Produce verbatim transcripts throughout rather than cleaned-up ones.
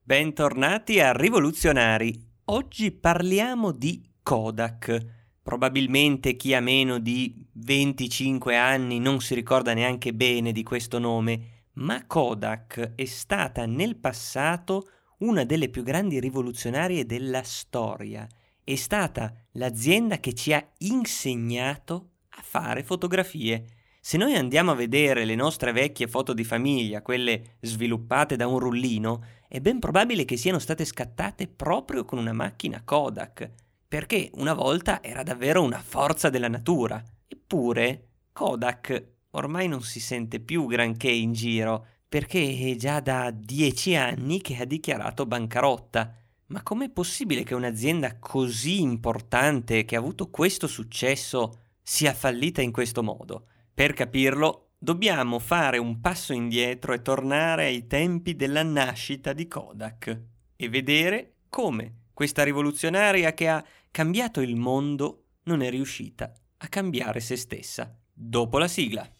Bentornati a Rivoluzionari. Oggi parliamo di Kodak. Probabilmente chi ha meno di venticinque anni non si ricorda neanche bene di questo nome, ma Kodak è stata nel passato una delle più grandi rivoluzionarie della storia. È stata l'azienda che ci ha insegnato a fare fotografie. Se noi andiamo a vedere le nostre vecchie foto di famiglia, quelle sviluppate da un rullino, è ben probabile che siano state scattate proprio con una macchina Kodak, perché una volta era davvero una forza della natura. Eppure Kodak ormai non si sente più granché in giro, perché è già da dieci anni che ha dichiarato bancarotta. Ma com'è possibile che un'azienda così importante, che ha avuto questo successo, sia fallita in questo modo? Per capirlo, dobbiamo fare un passo indietro e tornare ai tempi della nascita di Kodak e vedere come questa rivoluzionaria che ha cambiato il mondo non è riuscita a cambiare se stessa. Dopo la sigla.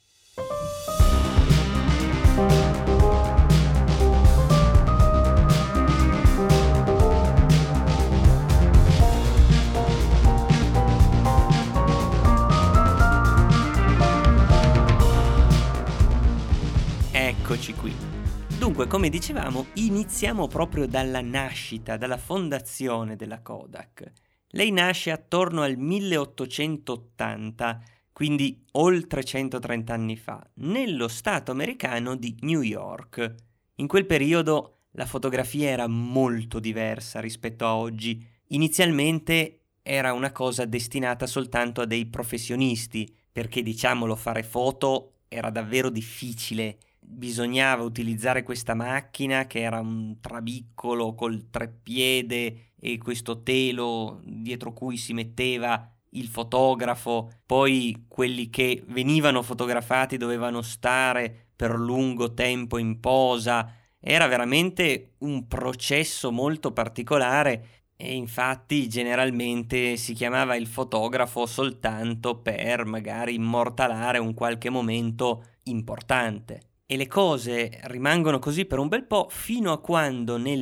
Eccoci qui. Dunque, come dicevamo, iniziamo proprio dalla nascita, dalla fondazione della Kodak. Lei nasce attorno al milleottocentottanta, quindi oltre centotrenta anni fa, nello stato americano di New York. In quel periodo la fotografia era molto diversa rispetto a oggi. Inizialmente era una cosa destinata soltanto a dei professionisti, perché, diciamolo, fare foto era davvero difficile. Bisognava utilizzare questa macchina che era un trabiccolo col treppiede e questo telo dietro cui si metteva il fotografo. Poi quelli che venivano fotografati dovevano stare per lungo tempo in posa. Era veramente un processo molto particolare e infatti generalmente si chiamava il fotografo soltanto per magari immortalare un qualche momento importante. E le cose rimangono così per un bel po' fino a quando nel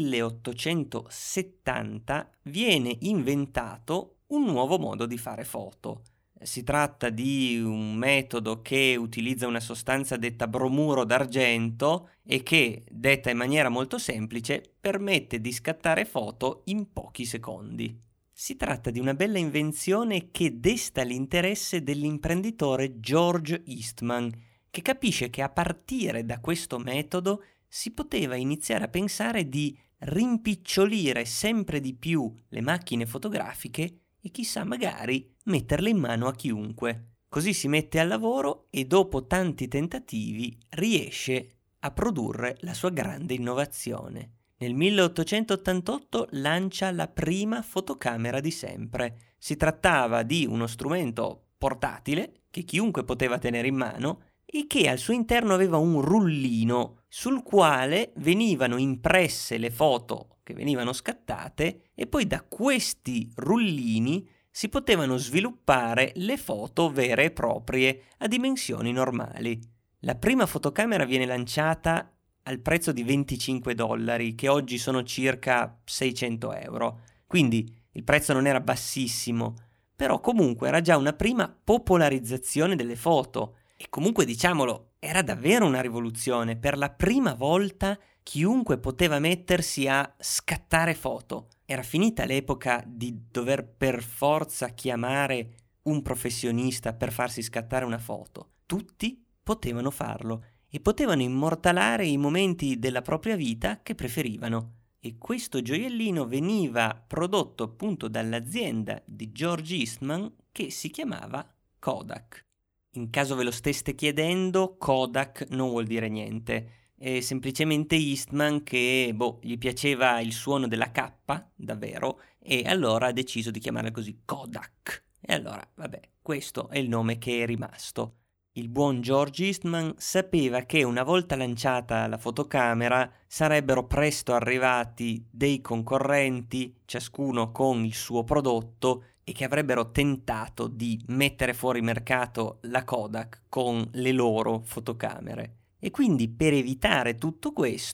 milleottocentosettanta viene inventato un nuovo modo di fare foto. Si tratta di un metodo che utilizza una sostanza detta bromuro d'argento e che, detta in maniera molto semplice, permette di scattare foto in pochi secondi. Si tratta di una bella invenzione che desta l'interesse dell'imprenditore George Eastman, che capisce che a partire da questo metodo si poteva iniziare a pensare di rimpicciolire sempre di più le macchine fotografiche e chissà magari metterle in mano a chiunque. Così si mette al lavoro e dopo tanti tentativi riesce a produrre la sua grande innovazione. Nel milleottocentottantotto lancia la prima fotocamera di sempre. Si trattava di uno strumento portatile che chiunque poteva tenere in mano e che al suo interno aveva un rullino sul quale venivano impresse le foto che venivano scattate e poi da questi rullini si potevano sviluppare le foto vere e proprie a dimensioni normali. La prima fotocamera viene lanciata al prezzo di venticinque dollari, che oggi sono circa seicento euro. Quindi il prezzo non era bassissimo, però comunque era già una prima popolarizzazione delle foto. E comunque, diciamolo, era davvero una rivoluzione. Per la prima volta chiunque poteva mettersi a scattare foto. Era finita l'epoca di dover per forza chiamare un professionista per farsi scattare una foto. Tutti potevano farlo e potevano immortalare i momenti della propria vita che preferivano. E questo gioiellino veniva prodotto appunto dall'azienda di George Eastman che si chiamava Kodak. In caso ve lo steste chiedendo, Kodak non vuol dire niente, è semplicemente Eastman che, boh, gli piaceva il suono della K, davvero, e allora ha deciso di chiamarla così, Kodak. E allora, vabbè, questo è il nome che è rimasto. Il buon George Eastman sapeva che una volta lanciata la fotocamera sarebbero presto arrivati dei concorrenti, ciascuno con il suo prodotto, e che avrebbero tentato di mettere fuori mercato la Kodak con le loro fotocamere. E quindi per evitare tutto questo,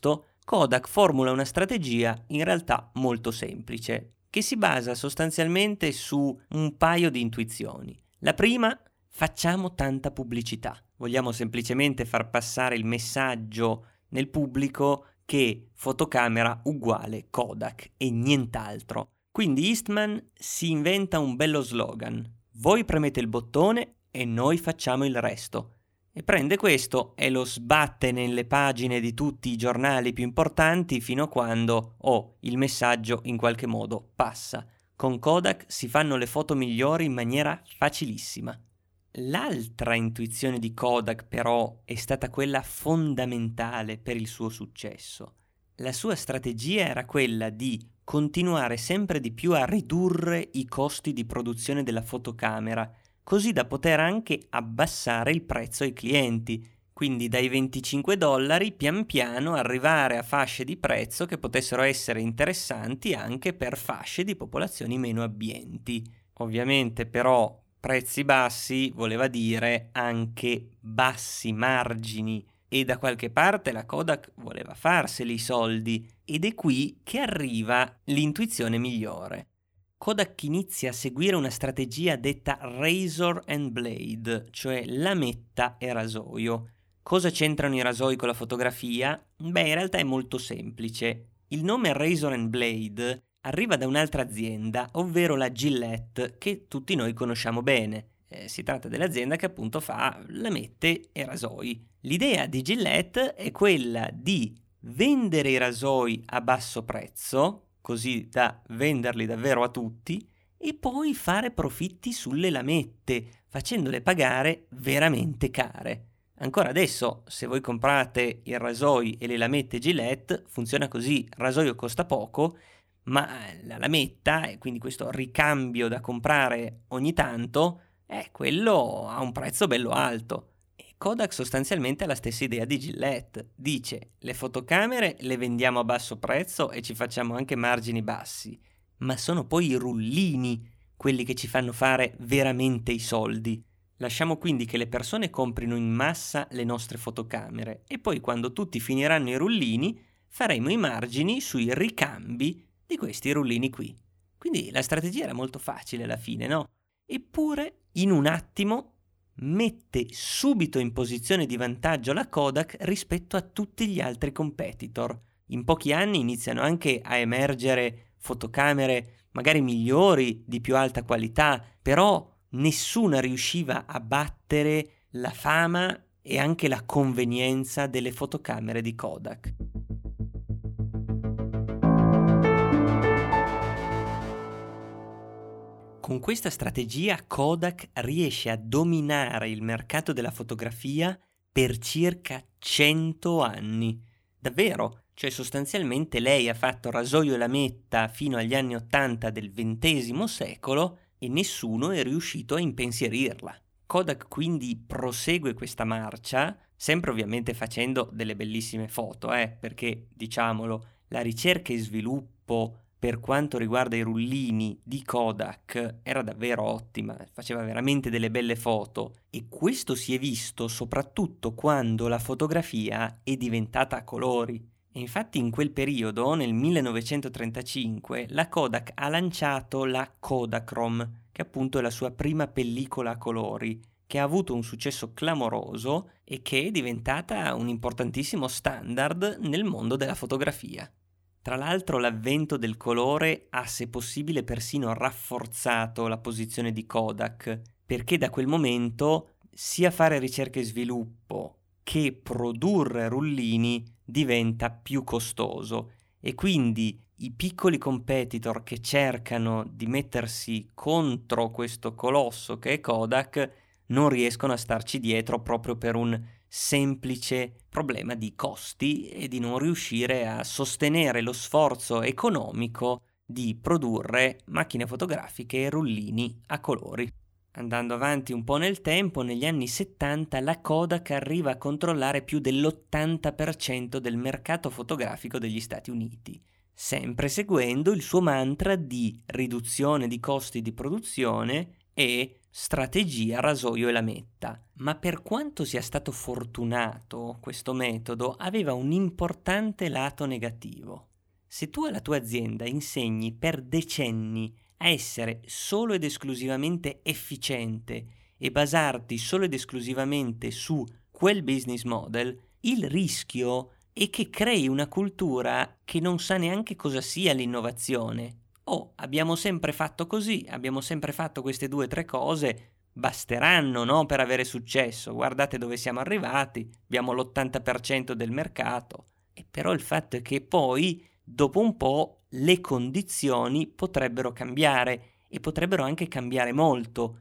Kodak formula una strategia in realtà molto semplice, che si basa sostanzialmente su un paio di intuizioni. La prima: facciamo tanta pubblicità. Vogliamo semplicemente far passare il messaggio nel pubblico che fotocamera uguale Kodak e nient'altro. Quindi Eastman si inventa un bello slogan: voi premete il bottone e noi facciamo il resto. E prende questo e lo sbatte nelle pagine di tutti i giornali più importanti fino a quando, oh, il messaggio in qualche modo passa. Con Kodak si fanno le foto migliori in maniera facilissima. L'altra intuizione di Kodak però è stata quella fondamentale per il suo successo. La sua strategia era quella di continuare sempre di più a ridurre i costi di produzione della fotocamera, così da poter anche abbassare il prezzo ai clienti, quindi dai venticinque dollari pian piano arrivare a fasce di prezzo che potessero essere interessanti anche per fasce di popolazioni meno abbienti. Ovviamente però prezzi bassi voleva dire anche bassi margini, e da qualche parte la Kodak voleva farseli i soldi, ed è qui che arriva l'intuizione migliore. Kodak inizia a seguire una strategia detta razor and blade, cioè lametta e rasoio. Cosa c'entrano i rasoi con la fotografia? Beh, in realtà è molto semplice. Il nome razor and blade arriva da un'altra azienda, ovvero la Gillette, che tutti noi conosciamo bene. Eh, si tratta dell'azienda che appunto fa lamette e rasoi. L'idea di Gillette è quella di vendere i rasoi a basso prezzo, così da venderli davvero a tutti, e poi fare profitti sulle lamette, facendole pagare veramente care. Ancora adesso, se voi comprate i rasoi e le lamette Gillette, funziona così: il rasoio costa poco, ma la lametta, e quindi questo ricambio da comprare ogni tanto, eh, quello ha un prezzo bello alto. Kodak sostanzialmente ha la stessa idea di Gillette. Dice: le fotocamere le vendiamo a basso prezzo e ci facciamo anche margini bassi, ma sono poi i rullini quelli che ci fanno fare veramente i soldi. Lasciamo quindi che le persone comprino in massa le nostre fotocamere e poi, quando tutti finiranno i rullini, faremo i margini sui ricambi di questi rullini qui. Quindi la strategia era molto facile alla fine, no? Eppure, in un attimo, mette subito in posizione di vantaggio la Kodak rispetto a tutti gli altri competitor. In pochi anni iniziano anche a emergere fotocamere magari migliori, di più alta qualità, però nessuna riusciva a battere la fama e anche la convenienza delle fotocamere di Kodak. Con questa strategia Kodak riesce a dominare il mercato della fotografia per circa cento anni. Davvero, cioè sostanzialmente lei ha fatto rasoio e lametta fino agli anni ottanta del ventesimo secolo e nessuno è riuscito a impensierirla. Kodak quindi prosegue questa marcia, sempre ovviamente facendo delle bellissime foto, eh, perché, diciamolo, la ricerca e sviluppo per quanto riguarda i rullini di Kodak era davvero ottima, faceva veramente delle belle foto, e questo si è visto soprattutto quando la fotografia è diventata a colori. E infatti in quel periodo, nel millenovecentotrentacinque, la Kodak ha lanciato la Kodachrome, che appunto è la sua prima pellicola a colori, che ha avuto un successo clamoroso e che è diventata un importantissimo standard nel mondo della fotografia. Tra l'altro l'avvento del colore ha, se possibile, persino rafforzato la posizione di Kodak, perché da quel momento sia fare ricerca e sviluppo che produrre rullini diventa più costoso, e quindi i piccoli competitor che cercano di mettersi contro questo colosso che è Kodak non riescono a starci dietro, proprio per un semplice problema di costi e di non riuscire a sostenere lo sforzo economico di produrre macchine fotografiche e rullini a colori. Andando avanti un po' nel tempo, negli anni settanta la Kodak arriva a controllare più dell'ottanta per cento del mercato fotografico degli Stati Uniti, sempre seguendo il suo mantra di riduzione di costi di produzione e strategia rasoio e lametta. Ma per quanto sia stato fortunato, questo metodo aveva un importante lato negativo. Se tu alla tua azienda insegni per decenni a essere solo ed esclusivamente efficiente e basarti solo ed esclusivamente su quel business model, il rischio è che crei una cultura che non sa neanche cosa sia l'innovazione. Oh, abbiamo sempre fatto così, abbiamo sempre fatto queste due o tre cose, basteranno, no, per avere successo. Guardate dove siamo arrivati, abbiamo l'ottanta per cento del mercato. E però il fatto è che poi, dopo un po', le condizioni potrebbero cambiare e potrebbero anche cambiare molto.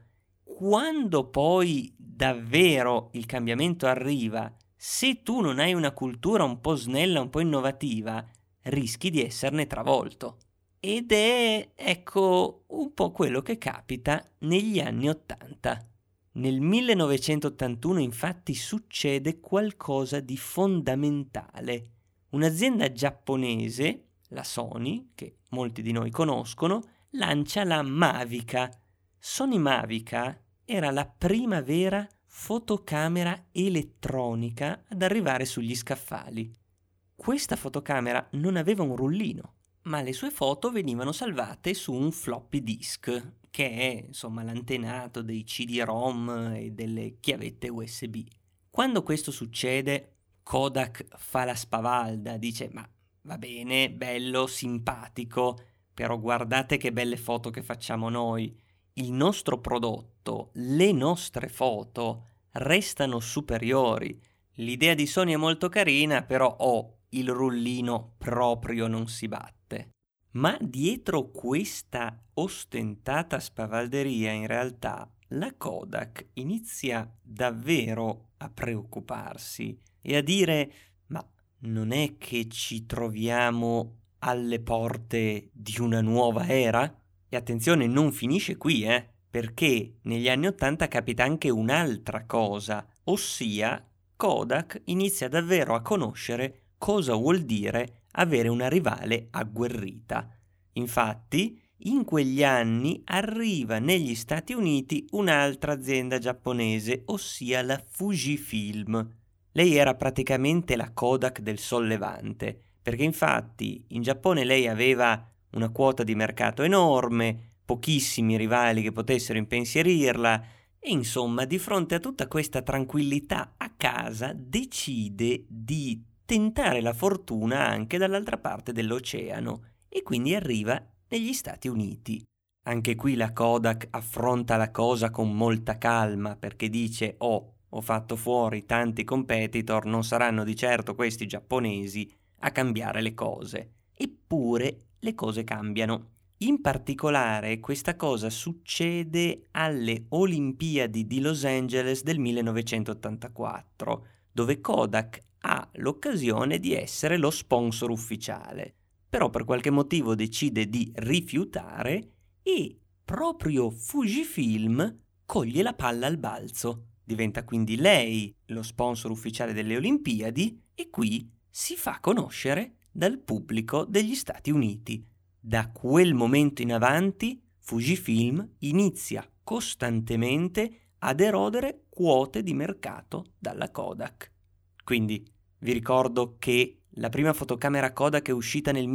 Quando poi davvero il cambiamento arriva, se tu non hai una cultura un po' snella, un po' innovativa, rischi di esserne travolto. Ed è, ecco, un po' quello che capita negli anni Ottanta. Nel millenovecentottantuno infatti succede qualcosa di fondamentale. Un'azienda giapponese, la Sony, che molti di noi conoscono, lancia la Mavica. Sony Mavica era la prima vera fotocamera elettronica ad arrivare sugli scaffali. Questa fotocamera non aveva un rullino, ma le sue foto venivano salvate su un floppy disk, che è insomma l'antenato dei C D-ROM e delle chiavette U S B. Quando questo succede, Kodak fa la spavalda, dice ma va bene, bello, simpatico, però guardate che belle foto che facciamo noi. Il nostro prodotto, le nostre foto restano superiori. L'idea di Sony è molto carina, però oh, il rullino proprio non si batte. Ma dietro questa ostentata spavalderia, in realtà, la Kodak inizia davvero a preoccuparsi e a dire: ma non è che ci troviamo alle porte di una nuova era? E attenzione, non finisce qui, eh? Perché negli anni Ottanta capita anche un'altra cosa, ossia Kodak inizia davvero a conoscere cosa vuol dire avere una rivale agguerrita. Infatti, in quegli anni arriva negli Stati Uniti un'altra azienda giapponese, ossia la Fujifilm. Lei era praticamente la Kodak del sollevante, perché infatti in Giappone lei aveva una quota di mercato enorme, pochissimi rivali che potessero impensierirla, e insomma, di fronte a tutta questa tranquillità a casa, decide di tentare la fortuna anche dall'altra parte dell'oceano e quindi arriva negli Stati Uniti. Anche qui la Kodak affronta la cosa con molta calma, perché dice: oh, ho fatto fuori tanti competitor, non saranno di certo questi giapponesi a cambiare le cose. Eppure le cose cambiano. In particolare questa cosa succede alle Olimpiadi di Los Angeles del millenovecentottantaquattro, dove Kodak ha l'occasione di essere lo sponsor ufficiale. Però per qualche motivo decide di rifiutare e proprio Fujifilm coglie la palla al balzo. Diventa quindi lei lo sponsor ufficiale delle Olimpiadi e qui si fa conoscere dal pubblico degli Stati Uniti. Da quel momento in avanti Fujifilm inizia costantemente ad erodere quote di mercato dalla Kodak. Quindi vi ricordo che la prima fotocamera Kodak è uscita nel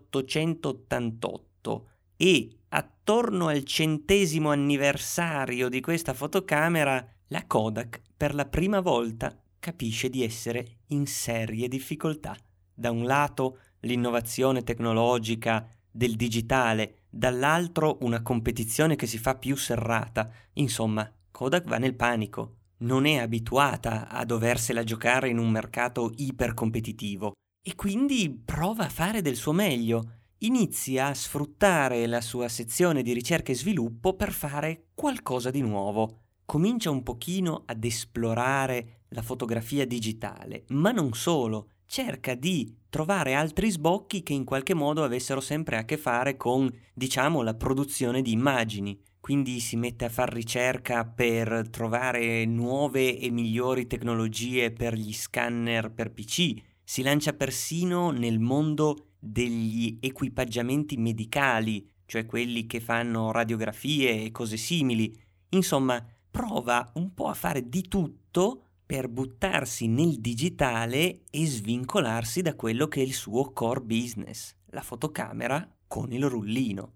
milleottocentottantotto e attorno al centesimo anniversario di questa fotocamera la Kodak per la prima volta capisce di essere in serie difficoltà. Da un lato l'innovazione tecnologica del digitale, dall'altro una competizione che si fa più serrata. Insomma, Kodak va nel panico. Non è abituata a doversela giocare in un mercato ipercompetitivo e quindi prova a fare del suo meglio. Inizia a sfruttare la sua sezione di ricerca e sviluppo per fare qualcosa di nuovo. Comincia un pochino ad esplorare la fotografia digitale, ma non solo. Cerca di trovare altri sbocchi che in qualche modo avessero sempre a che fare con, diciamo, la produzione di immagini. Quindi si mette a far ricerca per trovare nuove e migliori tecnologie per gli scanner per P C. Si lancia persino nel mondo degli equipaggiamenti medicali, cioè quelli che fanno radiografie e cose simili. Insomma, prova un po' a fare di tutto per buttarsi nel digitale e svincolarsi da quello che è il suo core business, la fotocamera con il rullino.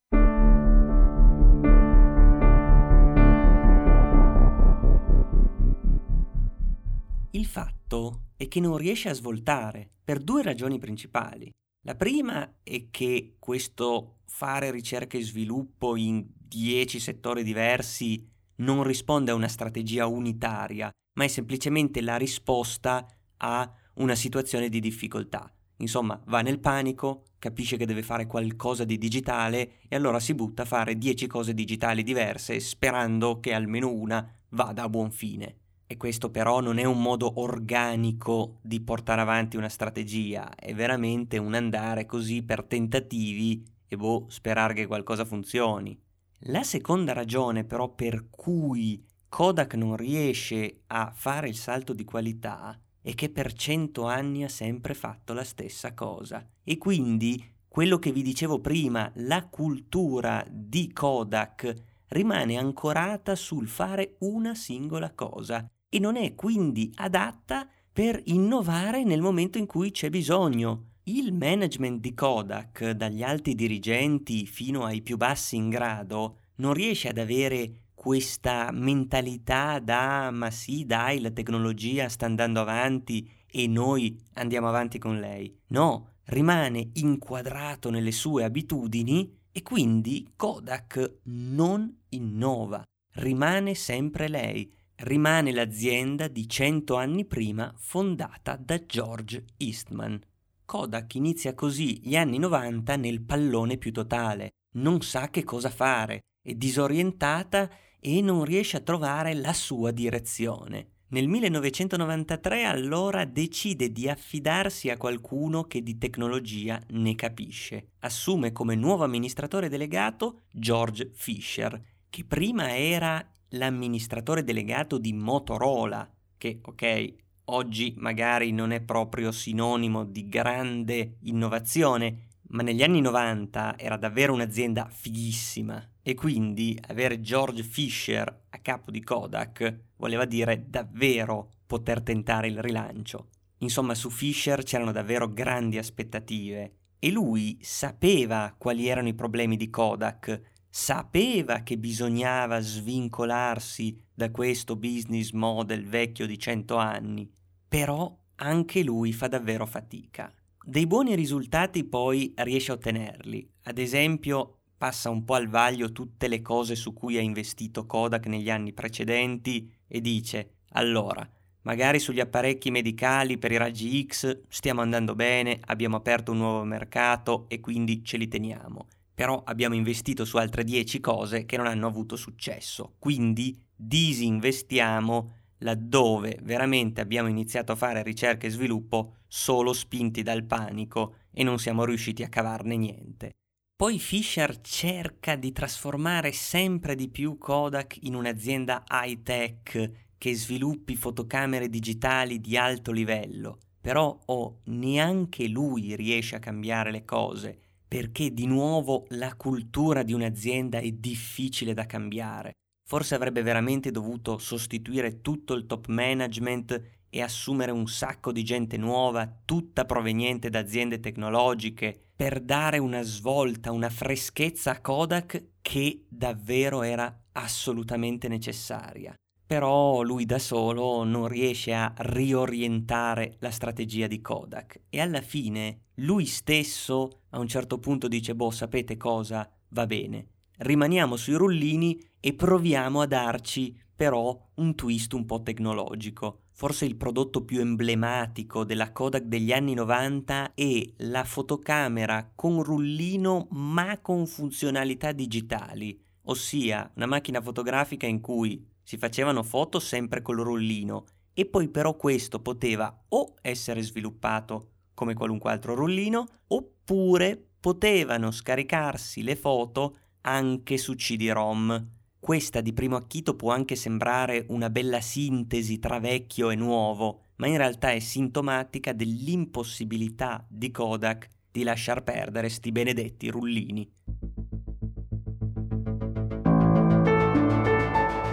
Il fatto è che non riesce a svoltare per due ragioni principali. La prima è che questo fare ricerca e sviluppo in dieci settori diversi non risponde a una strategia unitaria, ma è semplicemente la risposta a una situazione di difficoltà. Insomma, va nel panico, capisce che deve fare qualcosa di digitale e allora si butta a fare dieci cose digitali diverse sperando che almeno una vada a buon fine. E questo però non è un modo organico di portare avanti una strategia, è veramente un andare così per tentativi e boh, sperare che qualcosa funzioni. La seconda ragione però per cui Kodak non riesce a fare il salto di qualità è che per cento anni ha sempre fatto la stessa cosa. E quindi quello che vi dicevo prima, la cultura di Kodak rimane ancorata sul fare una singola cosa e non è quindi adatta per innovare nel momento in cui c'è bisogno. Il management di Kodak, dagli alti dirigenti fino ai più bassi in grado, non riesce ad avere questa mentalità da ma sì dai la tecnologia sta andando avanti e noi andiamo avanti con lei. No, rimane inquadrato nelle sue abitudini e quindi Kodak non innova, rimane sempre lei, rimane l'azienda di cento anni prima fondata da George Eastman. Kodak inizia così gli anni novanta nel pallone più totale, non sa che cosa fare, è disorientata e non riesce a trovare la sua direzione. Nel millenovecentonovantatré allora decide di affidarsi a qualcuno che di tecnologia ne capisce. Assume come nuovo amministratore delegato George Fisher, che prima era l'amministratore delegato di Motorola, che ok, oggi magari non è proprio sinonimo di grande innovazione, ma negli anni novanta era davvero un'azienda fighissima e quindi avere George Fisher a capo di Kodak voleva dire davvero poter tentare il rilancio. Insomma, su Fisher c'erano davvero grandi aspettative e lui sapeva quali erano i problemi di Kodak, sapeva che bisognava svincolarsi da questo business model vecchio di cento anni, però anche lui fa davvero fatica. Dei buoni risultati poi riesce a ottenerli, ad esempio passa un po' al vaglio tutte le cose su cui ha investito Kodak negli anni precedenti e dice: allora, magari sugli apparecchi medicali per i raggi X stiamo andando bene, abbiamo aperto un nuovo mercato e quindi ce li teniamo, però abbiamo investito su altre dieci cose che non hanno avuto successo, quindi disinvestiamo laddove veramente abbiamo iniziato a fare ricerca e sviluppo solo spinti dal panico e non siamo riusciti a cavarne niente. Poi Fisher cerca di trasformare sempre di più Kodak in un'azienda high-tech che sviluppi fotocamere digitali di alto livello, però oh, neanche lui riesce a cambiare le cose, perché di nuovo la cultura di un'azienda è difficile da cambiare. Forse avrebbe veramente dovuto sostituire tutto il top management e assumere un sacco di gente nuova, tutta proveniente da aziende tecnologiche, per dare una svolta, una freschezza a Kodak che davvero era assolutamente necessaria. Però lui da solo non riesce a riorientare la strategia di Kodak e alla fine lui stesso a un certo punto dice: boh, sapete cosa? Va bene, rimaniamo sui rullini e proviamo a darci però un twist un po' tecnologico. Forse il prodotto più emblematico della Kodak degli anni novanta è la fotocamera con rullino ma con funzionalità digitali, ossia una macchina fotografica in cui si facevano foto sempre col rullino e poi però questo poteva o essere sviluppato come qualunque altro rullino oppure potevano scaricarsi le foto anche su C D-ROM. Questa di primo acchito può anche sembrare una bella sintesi tra vecchio e nuovo, ma in realtà è sintomatica dell'impossibilità di Kodak di lasciar perdere sti benedetti rullini.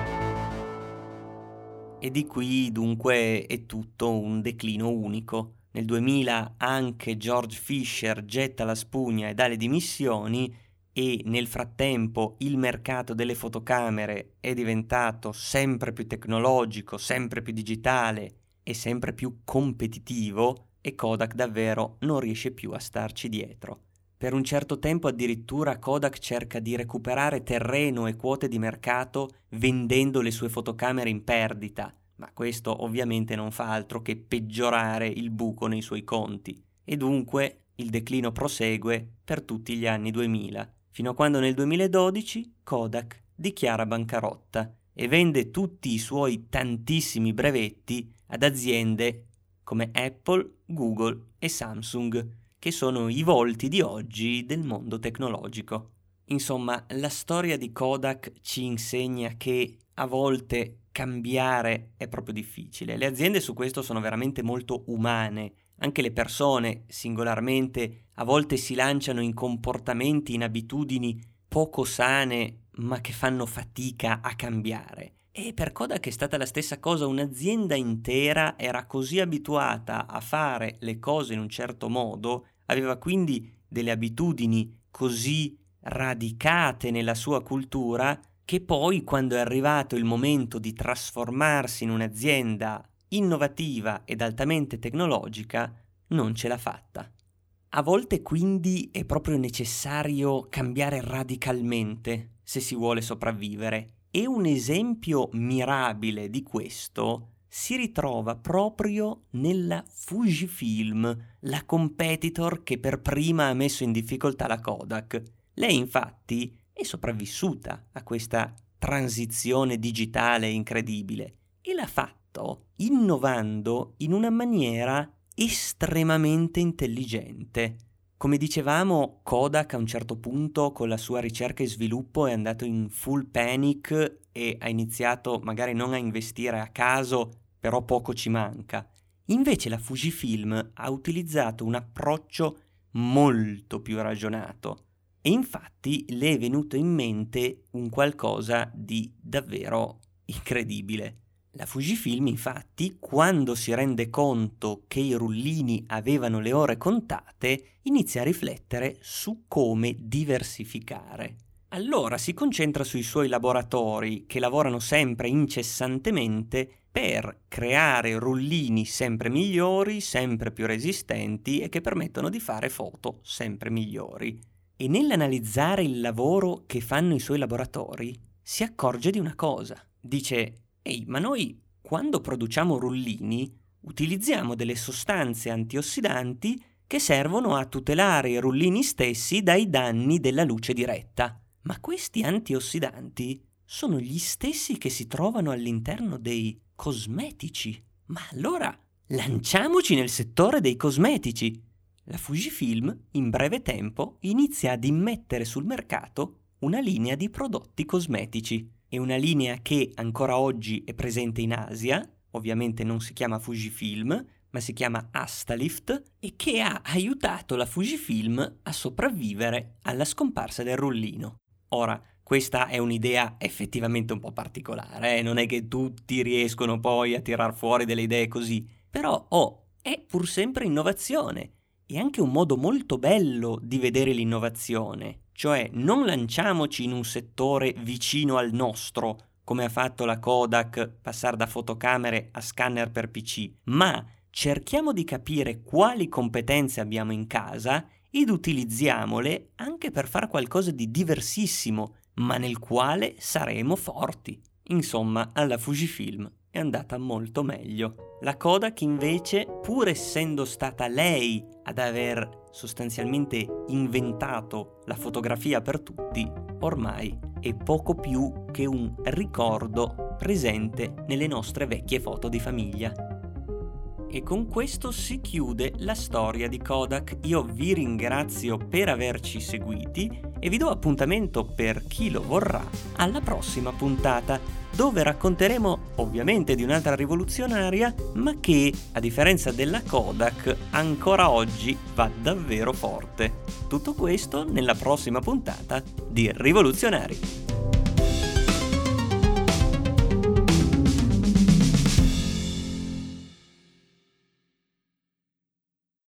E di qui dunque è tutto un declino unico. Nel duemila anche George Fisher getta la spugna e dà le dimissioni, e nel frattempo il mercato delle fotocamere è diventato sempre più tecnologico, sempre più digitale e sempre più competitivo, e Kodak davvero non riesce più a starci dietro. Per un certo tempo addirittura Kodak cerca di recuperare terreno e quote di mercato vendendo le sue fotocamere in perdita, ma questo ovviamente non fa altro che peggiorare il buco nei suoi conti. E dunque il declino prosegue per tutti gli anni duemila, fino a quando nel duemiladodici Kodak dichiara bancarotta e vende tutti i suoi tantissimi brevetti ad aziende come Apple, Google e Samsung, che sono i volti di oggi del mondo tecnologico. Insomma, la storia di Kodak ci insegna che a volte cambiare è proprio difficile. Le aziende su questo sono veramente molto umane. Anche le persone, singolarmente, a volte si lanciano in comportamenti, in abitudini poco sane, ma che fanno fatica a cambiare. E per Kodak è stata la stessa cosa. Un'azienda intera era così abituata a fare le cose in un certo modo, aveva quindi delle abitudini così radicate nella sua cultura, che poi, quando è arrivato il momento di trasformarsi in un'azienda innovativa ed altamente tecnologica, non ce l'ha fatta. A volte quindi è proprio necessario cambiare radicalmente se si vuole sopravvivere, e un esempio mirabile di questo si ritrova proprio nella Fujifilm, la competitor che per prima ha messo in difficoltà la Kodak. Lei infatti è sopravvissuta a questa transizione digitale incredibile e l'ha fatto innovando in una maniera estremamente intelligente. Come dicevamo, Kodak a un certo punto con la sua ricerca e sviluppo è andato in full panic e ha iniziato magari non a investire a caso, però poco ci manca. Invece la Fujifilm ha utilizzato un approccio molto più ragionato e infatti le è venuto in mente un qualcosa di davvero incredibile. La Fujifilm, infatti, quando si rende conto che i rullini avevano le ore contate, inizia a riflettere su come diversificare. Allora si concentra sui suoi laboratori, che lavorano sempre incessantemente per creare rullini sempre migliori, sempre più resistenti e che permettono di fare foto sempre migliori. E nell'analizzare il lavoro che fanno i suoi laboratori, si accorge di una cosa. Dice: Ehi, ma noi quando produciamo rullini utilizziamo delle sostanze antiossidanti che servono a tutelare i rullini stessi dai danni della luce diretta. Ma questi antiossidanti sono gli stessi che si trovano all'interno dei cosmetici. Ma allora lanciamoci nel settore dei cosmetici. La Fujifilm in breve tempo inizia ad immettere sul mercato una linea di prodotti cosmetici. È una linea che ancora oggi è presente in Asia, ovviamente non si chiama Fujifilm, ma si chiama Astalift, e che ha aiutato la Fujifilm a sopravvivere alla scomparsa del rullino. Ora, questa è un'idea effettivamente un po' particolare, eh? Non è che tutti riescono poi a tirar fuori delle idee così, però oh, è pur sempre innovazione, e anche un modo molto bello di vedere l'innovazione. Cioè non lanciamoci in un settore vicino al nostro, come ha fatto la Kodak, passare da fotocamere a scanner per P C, ma cerchiamo di capire quali competenze abbiamo in casa ed utilizziamole anche per fare qualcosa di diversissimo, ma nel quale saremo forti. Insomma, alla Fujifilm è andata molto meglio. La Kodak invece, pur essendo stata lei ad aver sostanzialmente inventato la fotografia per tutti, ormai è poco più che un ricordo presente nelle nostre vecchie foto di famiglia. E con questo si chiude la storia di Kodak. Io vi ringrazio per averci seguiti e vi do appuntamento, per chi lo vorrà, alla prossima puntata, dove racconteremo ovviamente di un'altra rivoluzionaria, ma che, a differenza della Kodak, ancora oggi va davvero forte. Tutto questo nella prossima puntata di Rivoluzionari.